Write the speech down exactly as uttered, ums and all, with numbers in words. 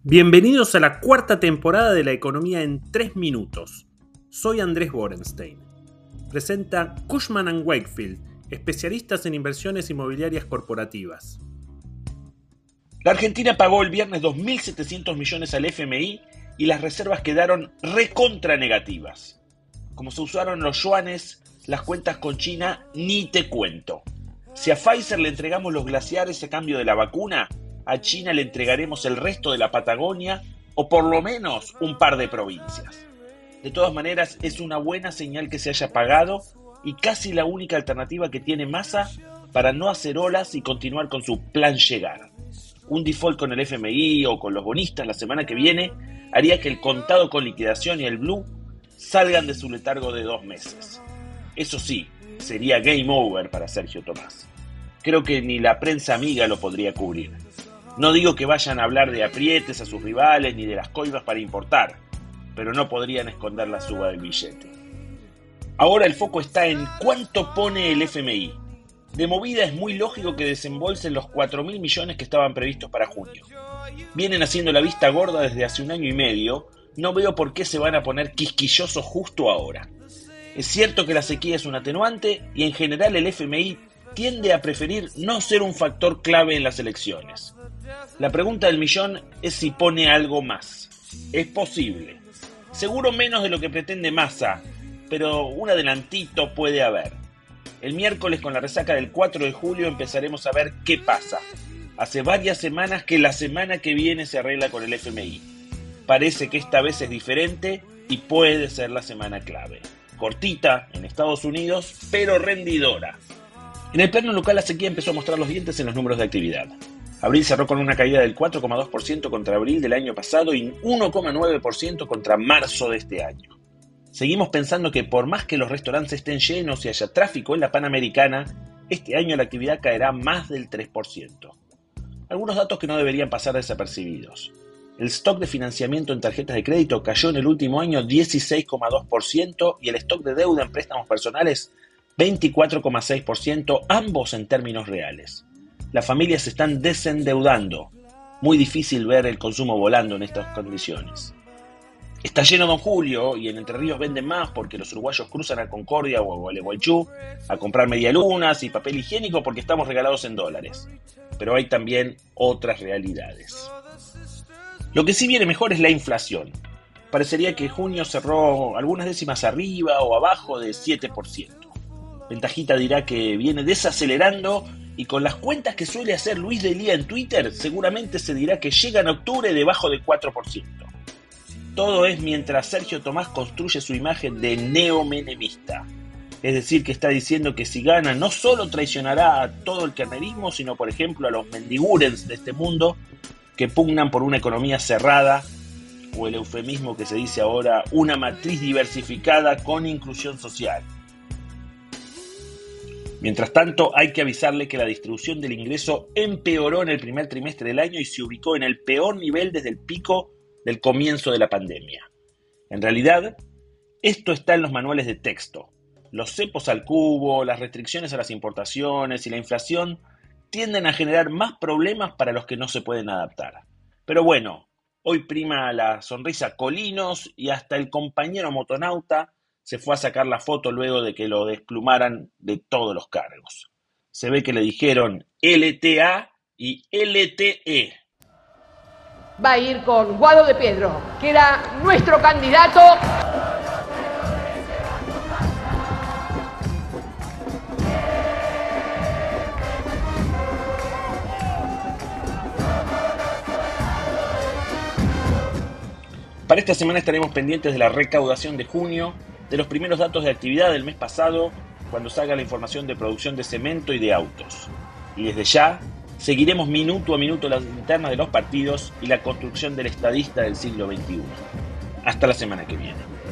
Bienvenidos a la cuarta temporada de La Economía en tres minutos. Soy Andrés Borenstein. Presenta Cushman and Wakefield, especialistas en inversiones inmobiliarias corporativas. La Argentina pagó el viernes dos mil setecientos millones al F M I y las reservas quedaron recontra negativas. Como se usaron los yuanes, las cuentas con China ni te cuento. Si a Pfizer le entregamos los glaciares a cambio de la vacuna, a China le entregaremos el resto de la Patagonia o por lo menos un par de provincias. De todas maneras, es una buena señal que se haya pagado y casi la única alternativa que tiene Massa para no hacer olas y continuar con su plan llegar. Un default con el F M I o con los bonistas la semana que viene haría que el contado con liquidación y el blue salgan de su letargo de dos meses. Eso sí, sería game over para Sergio Tomás. Creo que ni la prensa amiga lo podría cubrir. No digo que vayan a hablar de aprietes a sus rivales ni de las coimas para importar, pero no podrían esconder la suba del billete. Ahora el foco está en cuánto pone el F M I. De movida es muy lógico que desembolsen los cuatro mil millones que estaban previstos para junio. Vienen haciendo la vista gorda desde hace un año y medio, no veo por qué se van a poner quisquillosos justo ahora. Es cierto que la sequía es un atenuante y en general el F M I tiende a preferir no ser un factor clave en las elecciones. La pregunta del millón es si pone algo más. Es posible. Seguro menos de lo que pretende Massa, pero un adelantito puede haber. El miércoles con la resaca del cuatro de julio empezaremos a ver qué pasa. Hace varias semanas que la semana que viene se arregla con el F M I. Parece que esta vez es diferente y puede ser la semana clave. Cortita en Estados Unidos, pero rendidora. En el plano local la sequía empezó a mostrar los dientes en los números de actividad. Abril cerró con una caída del cuatro coma dos por ciento contra abril del año pasado y uno coma nueve por ciento contra marzo de este año. Seguimos pensando que por más que los restaurantes estén llenos y haya tráfico en la Panamericana, este año la actividad caerá más del tres por ciento. Algunos datos que no deberían pasar desapercibidos. El stock de financiamiento en tarjetas de crédito cayó en el último año dieciséis coma dos por ciento y el stock de deuda en préstamos personales veinticuatro coma seis por ciento, ambos en términos reales. Las familias se están desendeudando. Muy difícil ver el consumo volando en estas condiciones. Está lleno Don Julio y en Entre Ríos venden más porque los uruguayos cruzan a Concordia o a Gualeguaychú a comprar medialunas y papel higiénico porque estamos regalados en dólares. Pero hay también otras realidades. Lo que sí viene mejor es la inflación. Parecería que junio cerró algunas décimas arriba o abajo de siete por ciento. Ventajita dirá que viene desacelerando y con las cuentas que suele hacer Luis Delía en Twitter, seguramente se dirá que llega en octubre debajo del cuatro por ciento. Todo es mientras Sergio Tomás construye su imagen de neomenemista. Es decir, que está diciendo que si gana no solo traicionará a todo el kirchnerismo, sino por ejemplo a los mendigurens de este mundo que pugnan por una economía cerrada, o el eufemismo que se dice ahora, una matriz diversificada con inclusión social. Mientras tanto, hay que avisarle que la distribución del ingreso empeoró en el primer trimestre del año y se ubicó en el peor nivel desde el pico del comienzo de la pandemia. En realidad, esto está en los manuales de texto. Los cepos al cubo, las restricciones a las importaciones y la inflación tienden a generar más problemas para los que no se pueden adaptar. Pero bueno, hoy prima la sonrisa Colinos y hasta el compañero motonauta se fue a sacar la foto luego de que lo desplumaran de todos los cargos. Se ve que le dijeron L T A y L T E. Va a ir con Guado de Pedro, que era nuestro candidato. Para esta semana estaremos pendientes de la recaudación de junio, de los primeros datos de actividad del mes pasado, cuando salga la información de producción de cemento y de autos. Y desde ya, seguiremos minuto a minuto las internas de los partidos y la construcción del estadista del siglo veintiuno. Hasta la semana que viene.